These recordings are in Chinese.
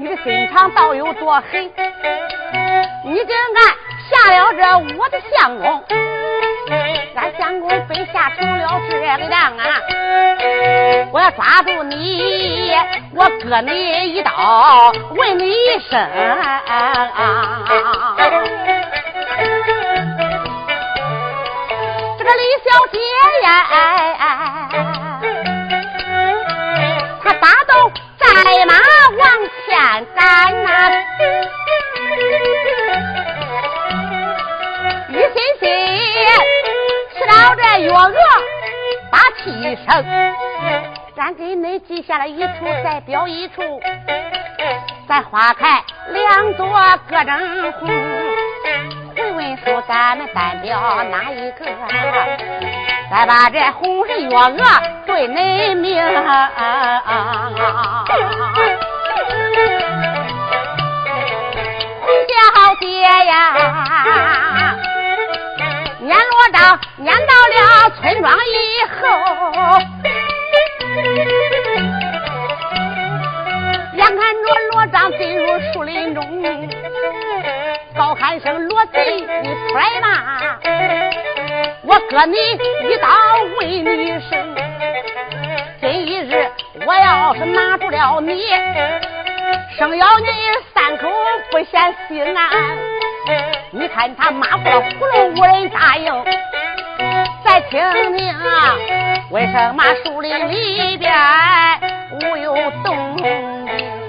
你的心肠倒有多狠，你竟敢下了这我的相公，俺相公非下成了这个当啊！我要抓住你，我割你一刀，问你一声。这个李小姐呀，她打斗在马往前赶呐，一心心吃到这月娥把气生。咱给恁记下来一处，再标一处，咱花开两朵各正红。回文书咱们单标哪一个？再把这红日月娥对恁名。红小姐呀，撵罗章撵到了村庄以后，眼看着罗章进入树林中，高喊声罗贼你出来嘛，我割你一刀问你一声，今一日我要是拿住了你，生要你三口不嫌心安。你看他马过了葫芦无人答应，再听听啊，为什么树林里边无有动静？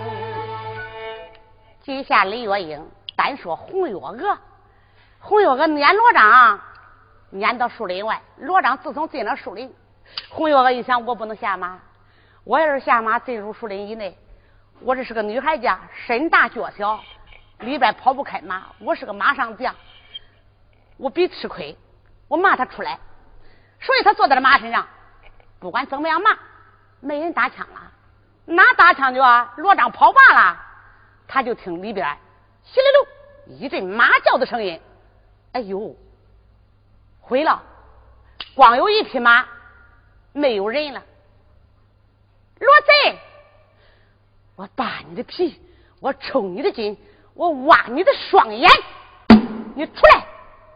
记下李月英单说红月娥，红月娥撵罗章撵到树林外，罗章自从进了树林，红月娥一想，我不能下马，我要是下马进入树林以内，我这是个女孩家，身大脚小，里边跑不开马，我是个马上将，我比吃亏，我骂他出来，所以他坐在了马身上，不管怎么样骂，没人打枪了，哪打枪就罗章跑罢了，他就听里边稀里噜一阵马叫的声音，哎呦，毁了，光有一匹马，没有人了。罗贼，我扒你的皮，我抽你的筋，我挖你的双眼，你出来！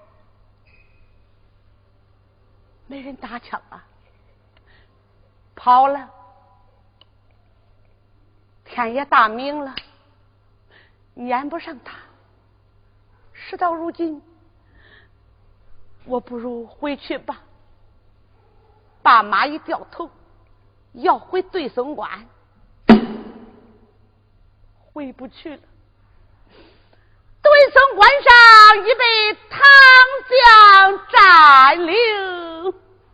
没人打枪啊，跑了。天也大明了，撵不上他。事到如今，我不如回去吧。把马一掉头，要回对松关，回不去了。对松关上已被唐将占领，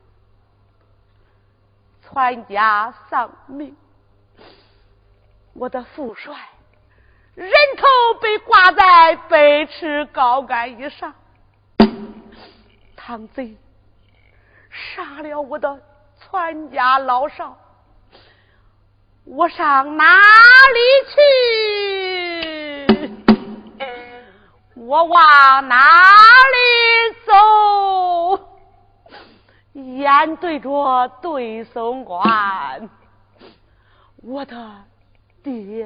全家丧命。我的父帅人头被挂在北池高杆以上，唐贼杀了我的全家老少，我上哪里去？我往哪里走？眼对着对松关，我的爹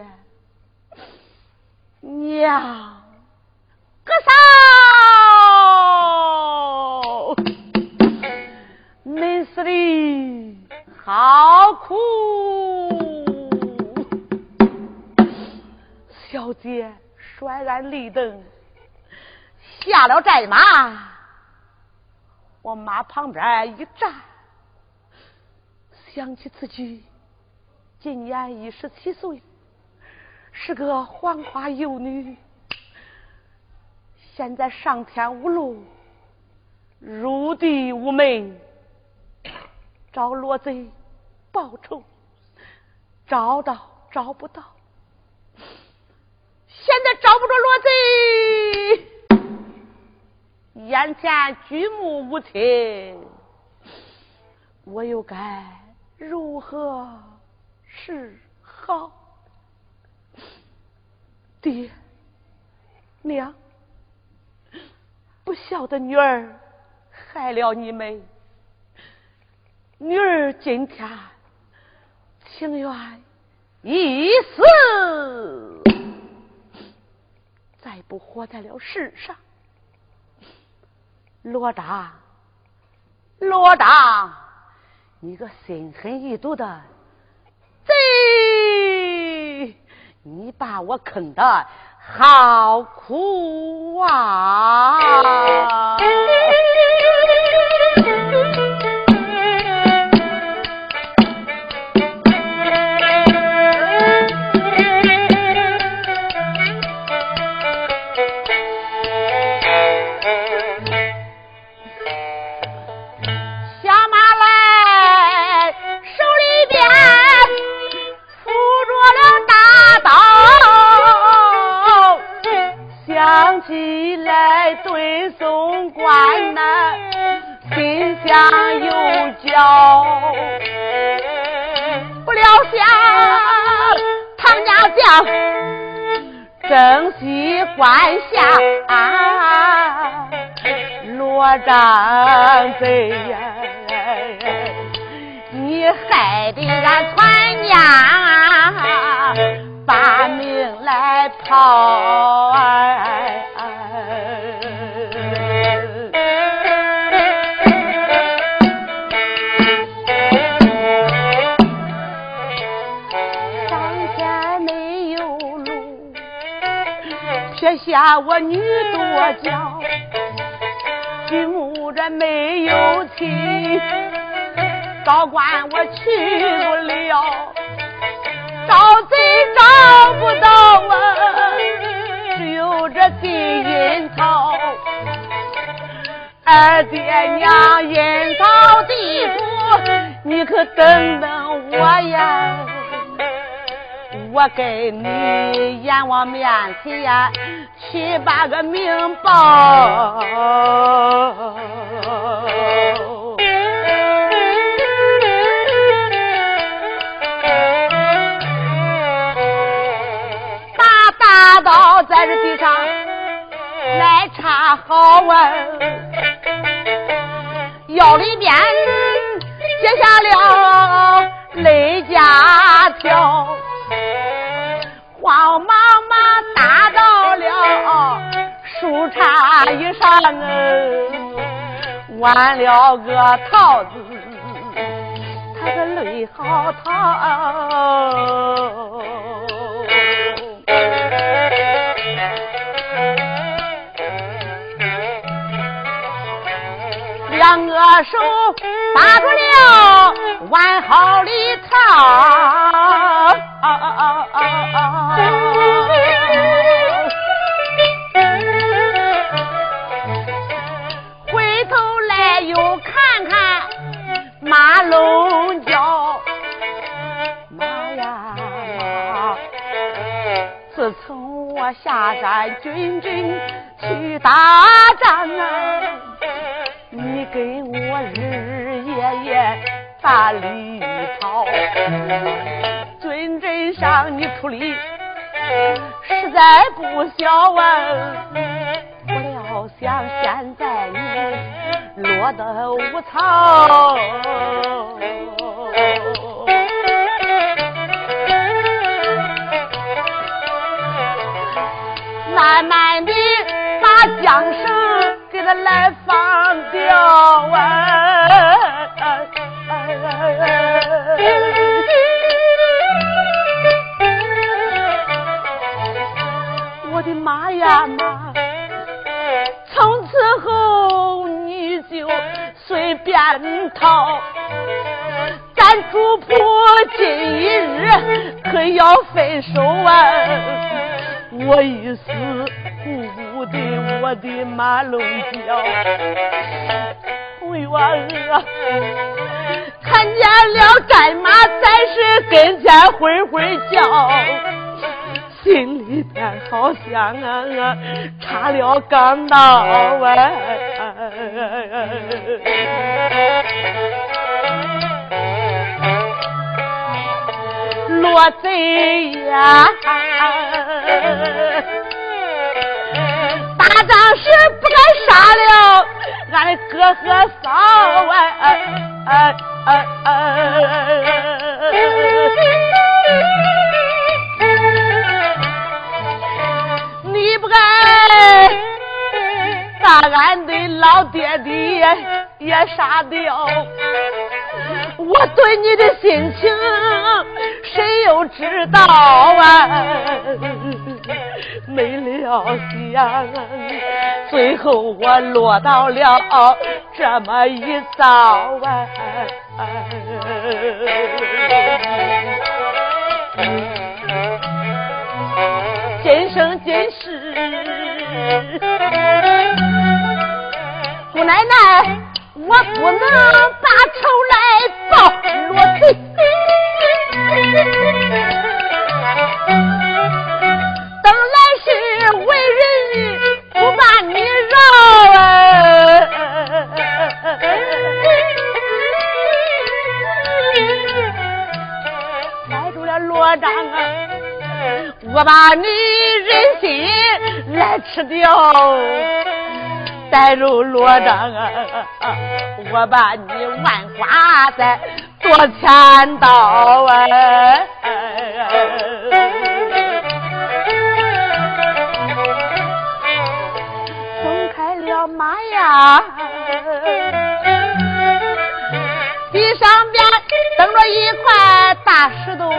娘，哥嫂，恁死的好苦！小姐率然立等，下了寨马，我马旁边一站，想起自己今年17岁，是个黄花幼女，现在上天无路，入地无门，找罗贼报仇，找到找不到，现在找不着罗贼，眼前举目无亲，我又该如何是好？爹娘，不孝的女儿害了你们，女儿今天情愿一死。 再不活在了世上。罗章，罗章，你个心狠意毒的贼，你把我坑得好苦啊！起来对送官呐，心想有教，不料想唐家将正西关下，罗章贼呀，你害得俺全家把命来讨上天没有路，撇下我女多娇，举目着没有亲，高官我去不了，找贼找不到啊，只有这金银桃，二爹娘阴曹地府，你可等等我呀，我给你阎王面前呀去把个名报。大刀在这地上来插好啊，腰里边接下了肋夹条，慌忙忙打到了树杈以上弯了个套子，他的泪好淌，两个手把住了弯好的套，回头来又看看马龙角，妈呀妈，自从我下山军阵去打仗啊，你给我日日夜夜打里跑，军阵上你处理实在不小啊，不料想现在你落得无草，慢慢的把缰绳给他来放掉啊！我的妈呀妈！从此后你就随便逃，咱主仆今一日可要分手啊！我一死顾不得我的马龙角，为我看见了战马在是跟前会会叫，心里边好像插了钢刀啊！罗贼呀，打仗时不该杀了俺的哥和嫂你不该小爹爹也傻掉。我对你的心情谁又知道啊？没料想最后我落到了这么一遭啊！今生今世姑奶奶我不能把仇来报，落罪等来世为人不把你饶逮住了罗章啊，我把你人心来吃掉，带入罗章啊，我把你万花再多千刀啊！松开了马呀，地上边蹬着一块大石头，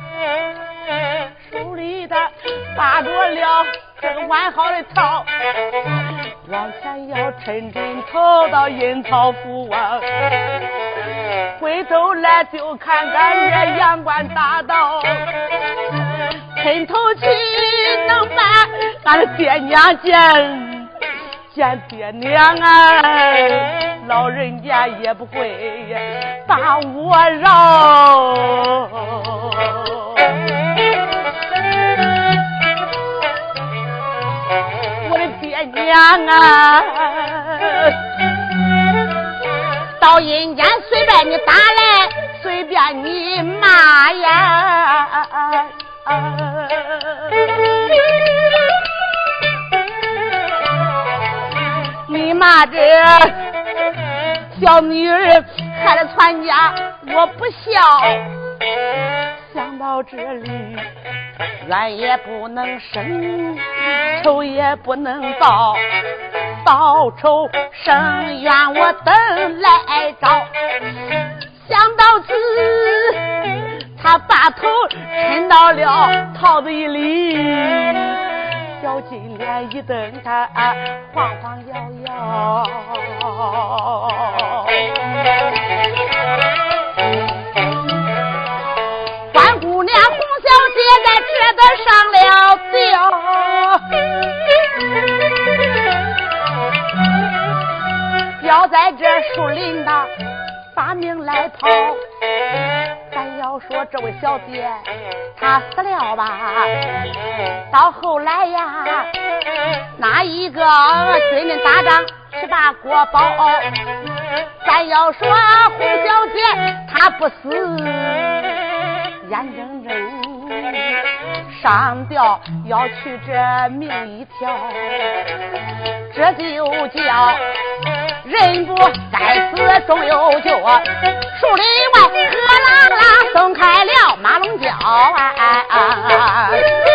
手里的把着了这个完好的草，往前要抻抻头到阴曹府啊，回头来就看看这阳关大道，抻头去能把俺的爹娘见爹娘啊，老人家也不会把我饶。我的爹娘啊，到阴间随便你打来，随便你骂呀！你骂这小女儿害了全家，我不孝。想到这里，冤也不能生，仇也不能报，报仇生冤我等来找。想到此，他把头伸到了套子一里，小金脸一瞪，他晃晃摇摇。关姑娘洪小姐在这的上了吊，吊在这树林的把命来跑。咱要说这位小姐她死了吧，到后来呀，哪一个军人打仗去把国保？咱要说洪小姐她不死，眼睁睁上吊要去这命一条，这就叫人不该死终有救。树林外喝朗朗松开了马龙角啊，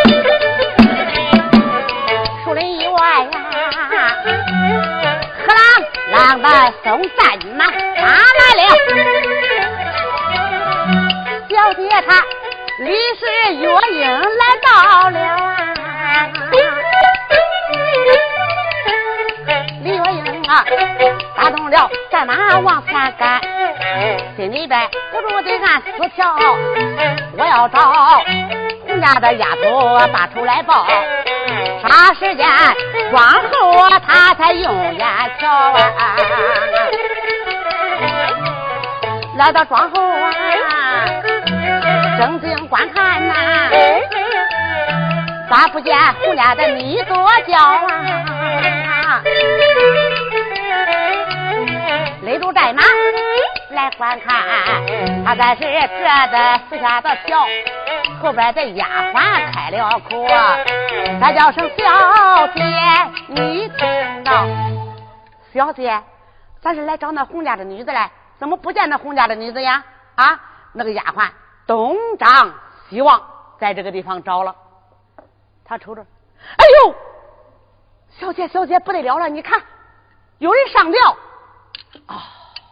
树林以外呀，喝朗朗的松战马来了，小姐她李氏月英来到了李月英啊，打动了战马往前赶，心里边不住得按死条，我要找洪家的丫头把仇来报。啥时间庄后他才用眼瞧啊，来到庄后啊，正经观看呐，咋不见洪家的女多叫啊？勒住战马来观看，他才是这的四下的跳，后边的丫鬟开了口，他叫声小姐，你听到？小姐，咱是来找那洪家的女子来，怎么不见那洪家的女子呀？啊，那个丫鬟东张西望，在这个地方找了。他瞅着，哎呦，小姐不得了了，你看有人上吊啊！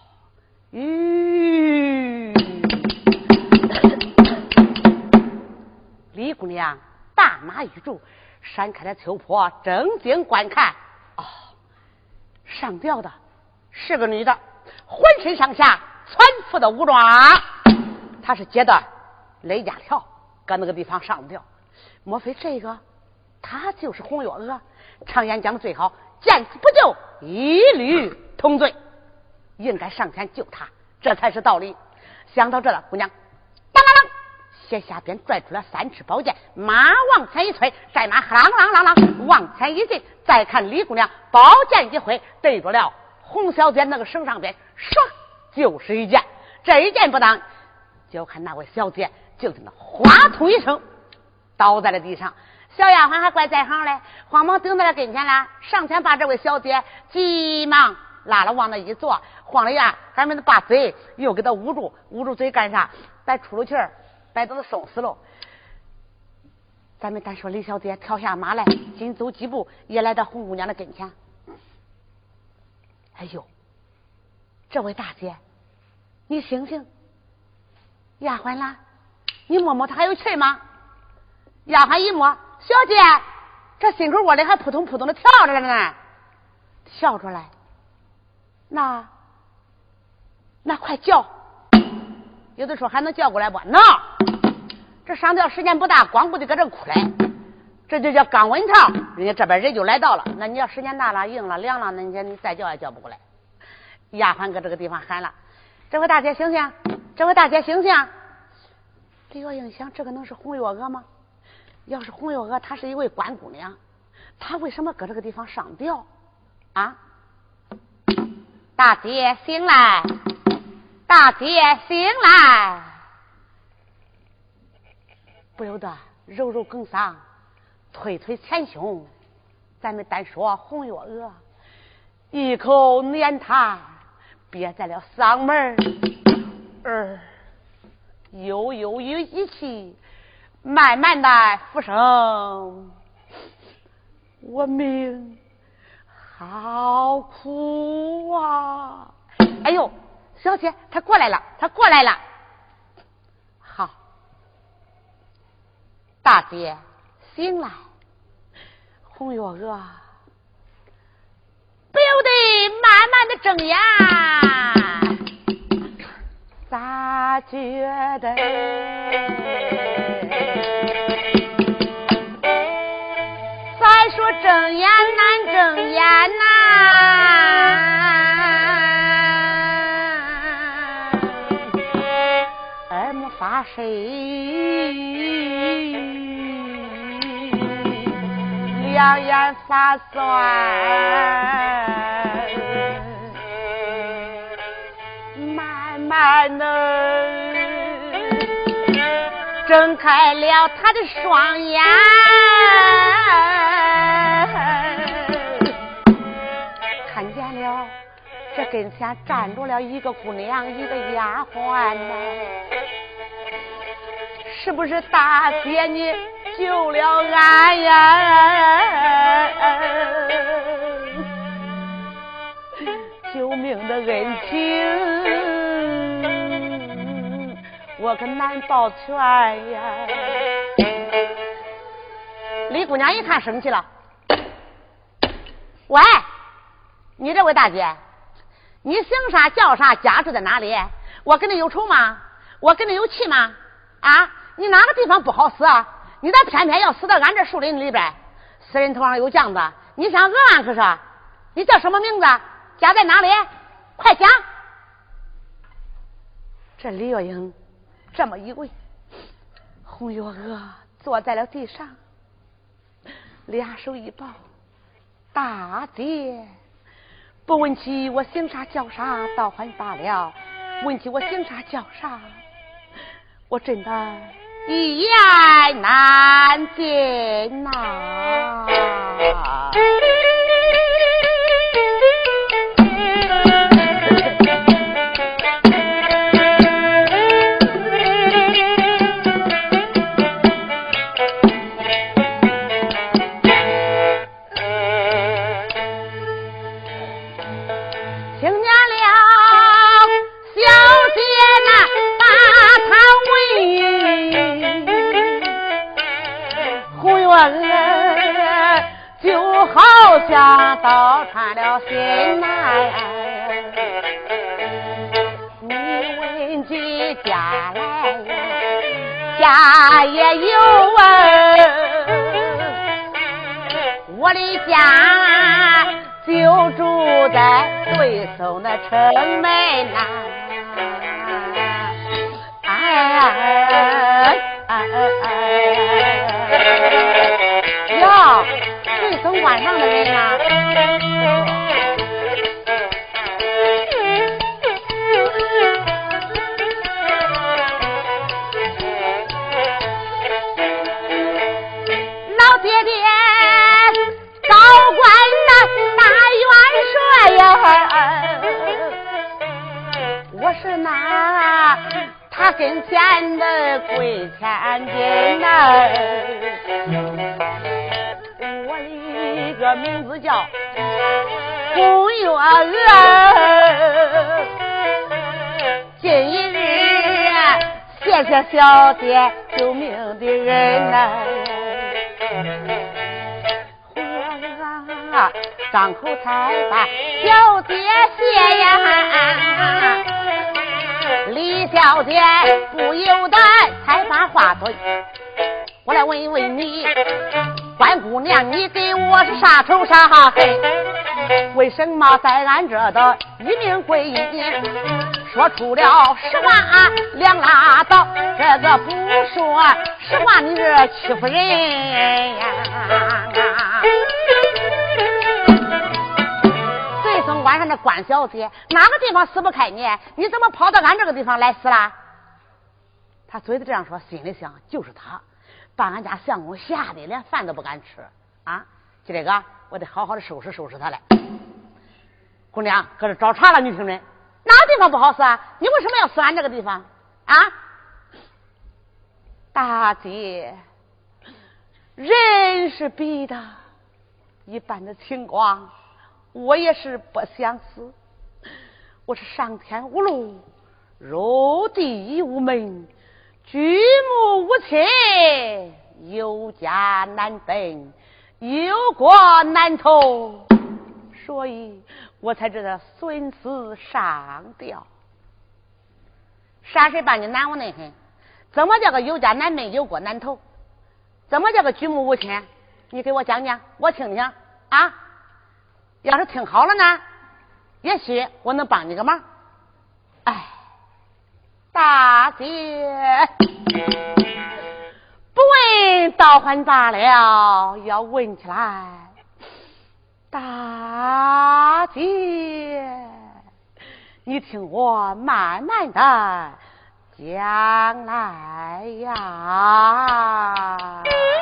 李姑娘大马玉柱闪开了秋坡，正经观看。哦，上吊的是个女的，浑身上下全副的武装，她是接的勒架条，搁那个地方上吊。莫非这个她就是红月娥？常言讲的最好，见死不救，一律同罪。应该上前救她，这才是道理。想到这了，姑娘当啷啷斜下边拽出了3尺宝剑，马往前一推，战马啷啷啷啷往前一进。再看李姑娘宝剑一挥，对住了洪小姐那个绳上边，唰就是一剑。这一剑不当，就看那位小姐就听到哗通一声倒在了地上。小丫鬟还怪在行嘞，慌忙顶在了跟前了，上前把这位小姐急忙拉了往那一坐，晃了呀，还没把嘴又给他捂住嘴干啥？别出了气儿，别等他送死喽。咱们单说李小姐跳下马来，紧走几步也来到红姑娘的跟前。哎呦，这位大姐，你醒醒！丫鬟啦，你摸摸她还有气吗？丫鬟一摸，小姐，这心口窝里还扑通扑通的跳着呢，跳出来。那快叫！有的说还能叫过来不？能。这上吊时间不大，光顾的搁这哭来，这就叫刚稳套。人家这边人就来到了。那你要时间大了、硬了、凉了，那你再叫也叫不过来。丫鬟搁这个地方喊了：“这位大姐醒醒！这位大姐醒醒！”李月英想，这个能是红月娥吗？要是红月娥，她是一位官姑娘，她为什么搁这个地方上吊啊？大姐醒来，大姐醒来！不由得揉揉梗嗓，推推前胸。咱们单说红月娥，一口黏痰憋在了嗓门悠悠一气，慢慢的浮声。我命好苦啊！哎呦，小姐，她过来了，她过来了。好，大姐醒来，红月娥不由得慢慢的睁眼，咋觉得再说睁眼难睁眼耳目发睡，两眼发酸，慢慢的睁开了他的双眼，看见了这跟前站着了一个姑娘，一个丫鬟呢。是不是大姐你救了俺呀？救命的恩情我可难报全呀！李姑娘一看生气了，喂，你这位大姐，你姓啥叫啥，家住在哪里？我跟你有仇吗？我跟你有气吗？啊，你哪个地方不好死啊？你咋偏偏要死到俺这树林里边？死人头上有浆子，你想讹俺可是？你叫什么名字？家在哪里？快讲！这李月英这么一问，红月娥坐在了地上，两手一抱，大姐，不问起我姓啥叫啥，倒还罢了；问起我姓啥叫啥，我真的一言难尽呐。 想倒穿了心来。你问起家来呀，家也有啊，我的家就住在对淞的城门呐。哟，对淞关上的人呐，老爹爹高官呐，大元帅呀，我是那他跟前的跪千金呐，我一个名字叫红月娥，今一日谢谢小姐救命的人呐，红月娥张口才把小姐谢呀，李小姐不由得才把话说，我来问一问你，关姑娘，你给我是啥仇啥恨？为什么在俺这的一命归阴，说出了实话两拉倒，这个不说实话你这欺负人呀！对淞关上的关小姐，哪个地方死不开你？你怎么跑到俺这个地方来死了？他嘴里这样说，心里想就是他把俺家相公吓得连饭都不敢吃啊！就这个，我得好好的收拾收拾他来。姑娘，搁这找茬了，女听人，哪个地方不好死啊？你为什么要死俺这个地方啊？大姐，人是逼的，一般的情况我也是不想死。我是上天无路，入地无门，举目无亲，有家难奔，有国难投，所以我才知道孙思上吊。啥事把你难为那很？怎么叫个有家难奔，有国难投？怎么叫个举目无亲？你给我讲讲，我听听啊！要是听好了呢，也许我能帮你个忙。哎，大姐，不问倒还罢了，要问起来，大姐，你听我慢慢的讲来呀。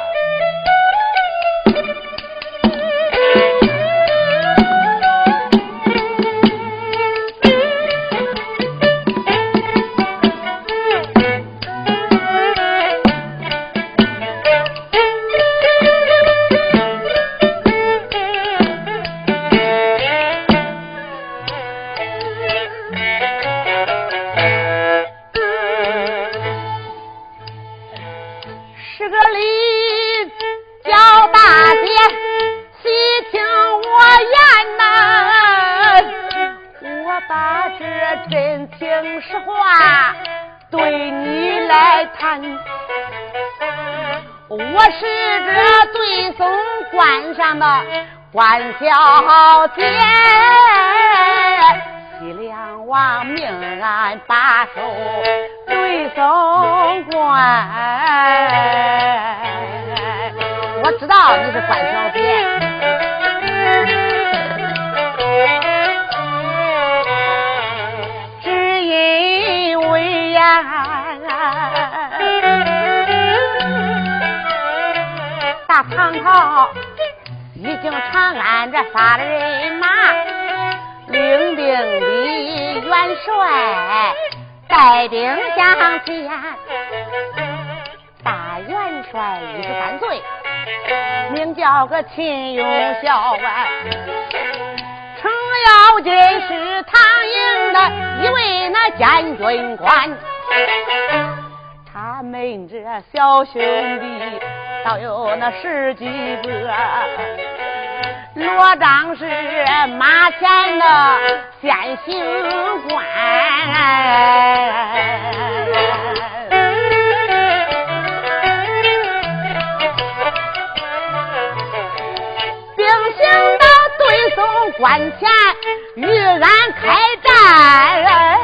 真情实话对你来谈，我是这对淞关上的关小姐，西凉王命俺把守对淞关，我知道你是关小姐，大唐朝已经长安这发了人马，领兵的元帅带兵向前，大元帅13岁，名叫个秦永孝啊，程咬金是唐营的一位那监军官，他们这小兄弟倒有那10几个， 罗章是马前的先行官，并行到对送关前与俺开战，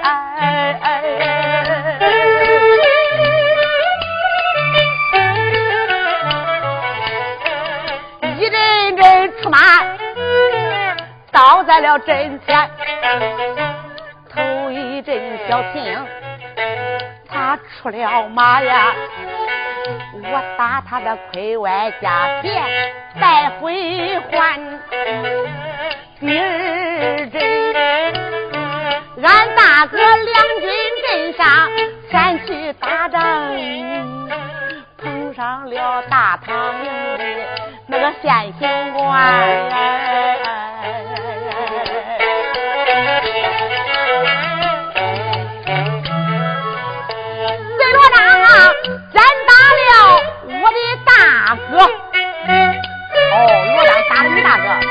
一阵阵出马倒在了阵前，头一阵小听他出了马呀，我打他的盔外加鞭带回还。第二阵俺大哥两军阵上前去打仗，碰上了大唐营的那个现行官对罗章啊真打了我的大哥。罗章打了你大哥，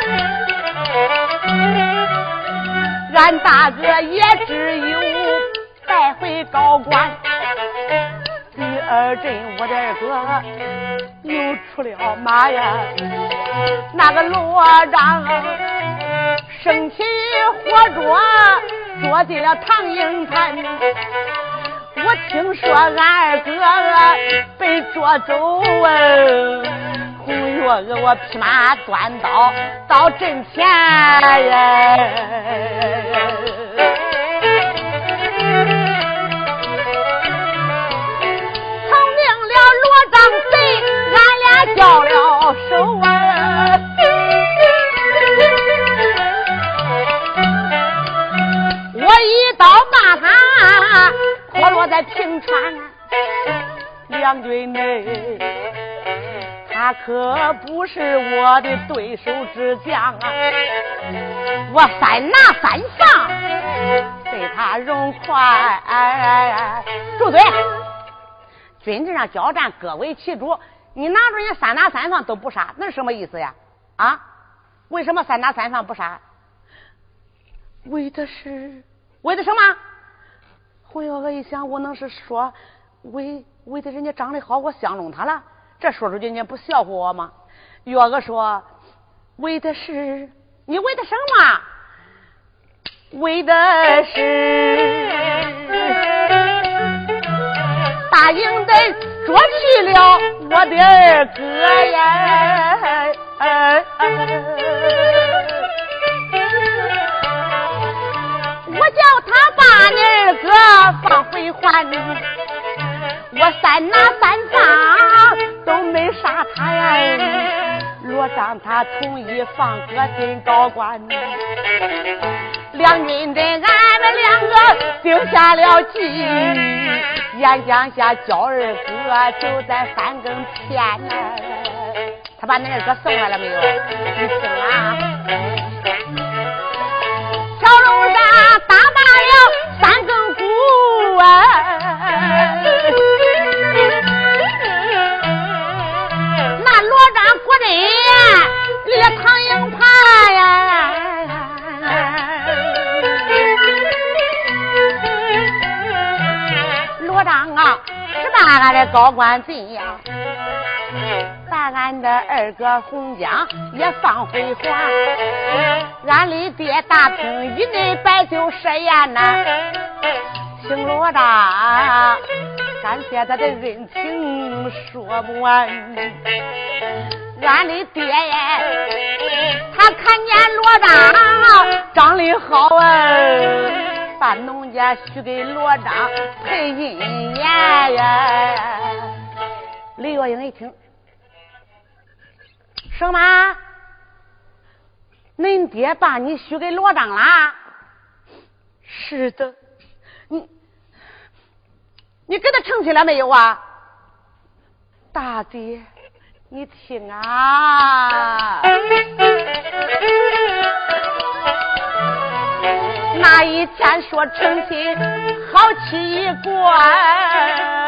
俺大哥也只有带回高官。第二阵我的二哥又出了马呀，那个罗章生起火捉，捉进了唐营坛。我听说俺二哥被捉走红月娥我匹马端刀到阵前曾命了罗章贼，俺俩交了手我一刀把他活落在平川两军内，他可不是我的对手之将啊！我三拿三上，对他容快。住嘴！军阵上交战，各为其主，你拿着人三拿三放都不杀，那是什么意思呀？啊？为什么三拿三放不杀？为的什么？红月娥一想，我能是说为的人家长得好，我相中他了，这说出去你不笑话我吗？月娥说为的是你为的什么？为的是大营得捉去了我的二哥呀！我叫他把你二哥放回还，我三拿三放都没杀他呀。罗章他同意放哥进高官，两军阵俺们两个定下了计，沿江下叫二哥就在三更天他把你二哥送来了没有？你听啊，小龙山打罢了三更鼓那罗章果真离了唐营盘呀，罗章啊是把俺的高官进呀，把俺的二哥洪江也放回还。俺的爹大厅以内摆酒设宴呐，请罗章感谢他的恩情说不完。俺的爹呀，他看见罗章长得好把农家许给罗章配银言呀。李月英一听，什么？恁爹把你许给罗章啦？是的。你给他成亲了没有啊？大爹，你听啊，那一天说成亲，好气一关。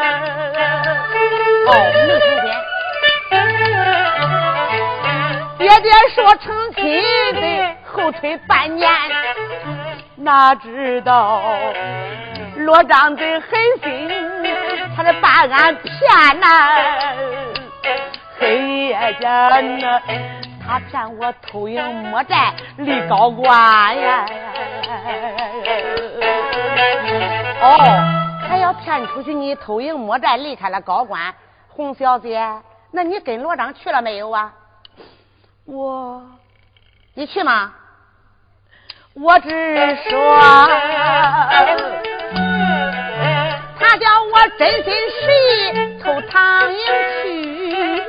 没成亲。爹爹说成亲的后退半年，哪知道罗章贼狠心，他是把俺骗呐，黑夜间呢，他骗我偷营摸寨立高官呀，还要骗出去你偷营摸寨离开了高官。洪小姐，那你跟罗章去了没有啊？你去吗？我只说他叫我真心实意偷唐营去，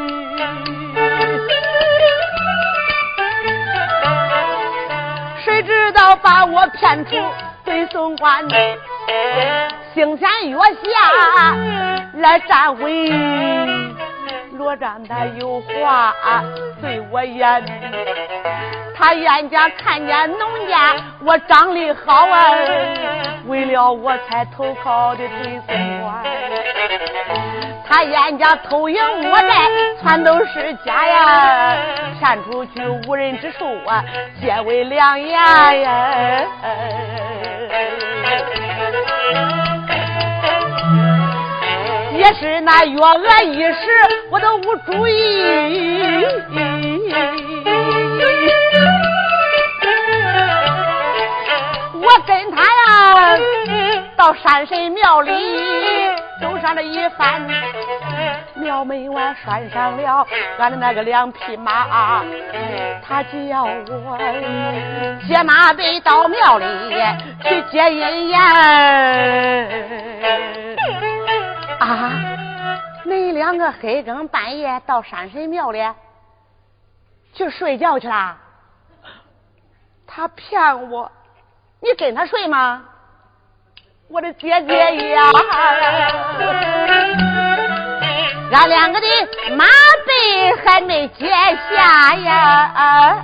谁知道把我骗出北宋关，兴前月下来占回。罗章他有话对我言，他眼家看见农家我长得好啊，为了我才投靠的北宋官。他眼家偷营摸寨全都是假呀，骗出去无人之处啊，皆为良言呀。也是那月娥一时我都无主意，我跟他呀到山神庙里走上了一番，庙门外拴上了俺的那个2匹马，他叫我接马背到庙里去接阴阳啊！你2个黑更半夜到山神庙里去睡觉去啦？他骗我，你跟他睡吗？我的姐姐呀，俺2个的马背还没解下呀，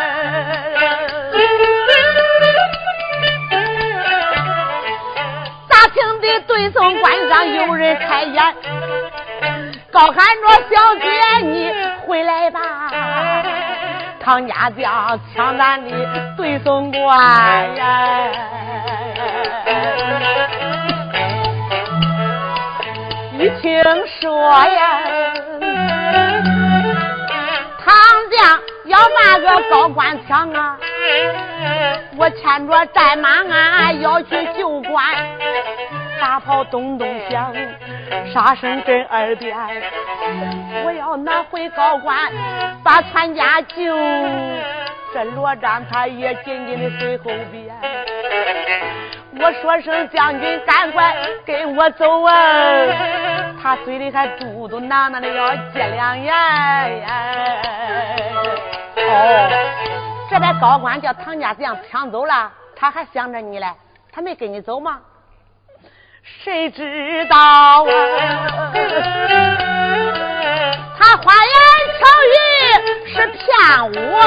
大厅的对送关上有人开眼，高喊着小姐你回来吧，唐家将抢咱的对送官呀。一听说呀，唐将要把个高官抢啊，我牵着战马啊要去救官，大炮咚咚响，杀声震耳边，我要拿回高官把全家救。这罗章他也紧紧的随后边，我说声将军赶快跟我走啊，他嘴里还嘟嘟囔囔的要接2言呀。这边高官叫唐家将抢走了，他还想着你嘞，他没跟你走吗？谁知道啊，他花言巧语是骗我，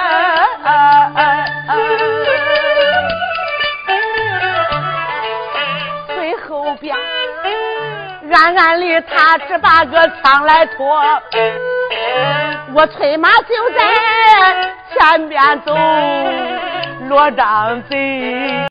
最后边暗暗里他只把个枪来拖，我催马就在前边走，罗章贼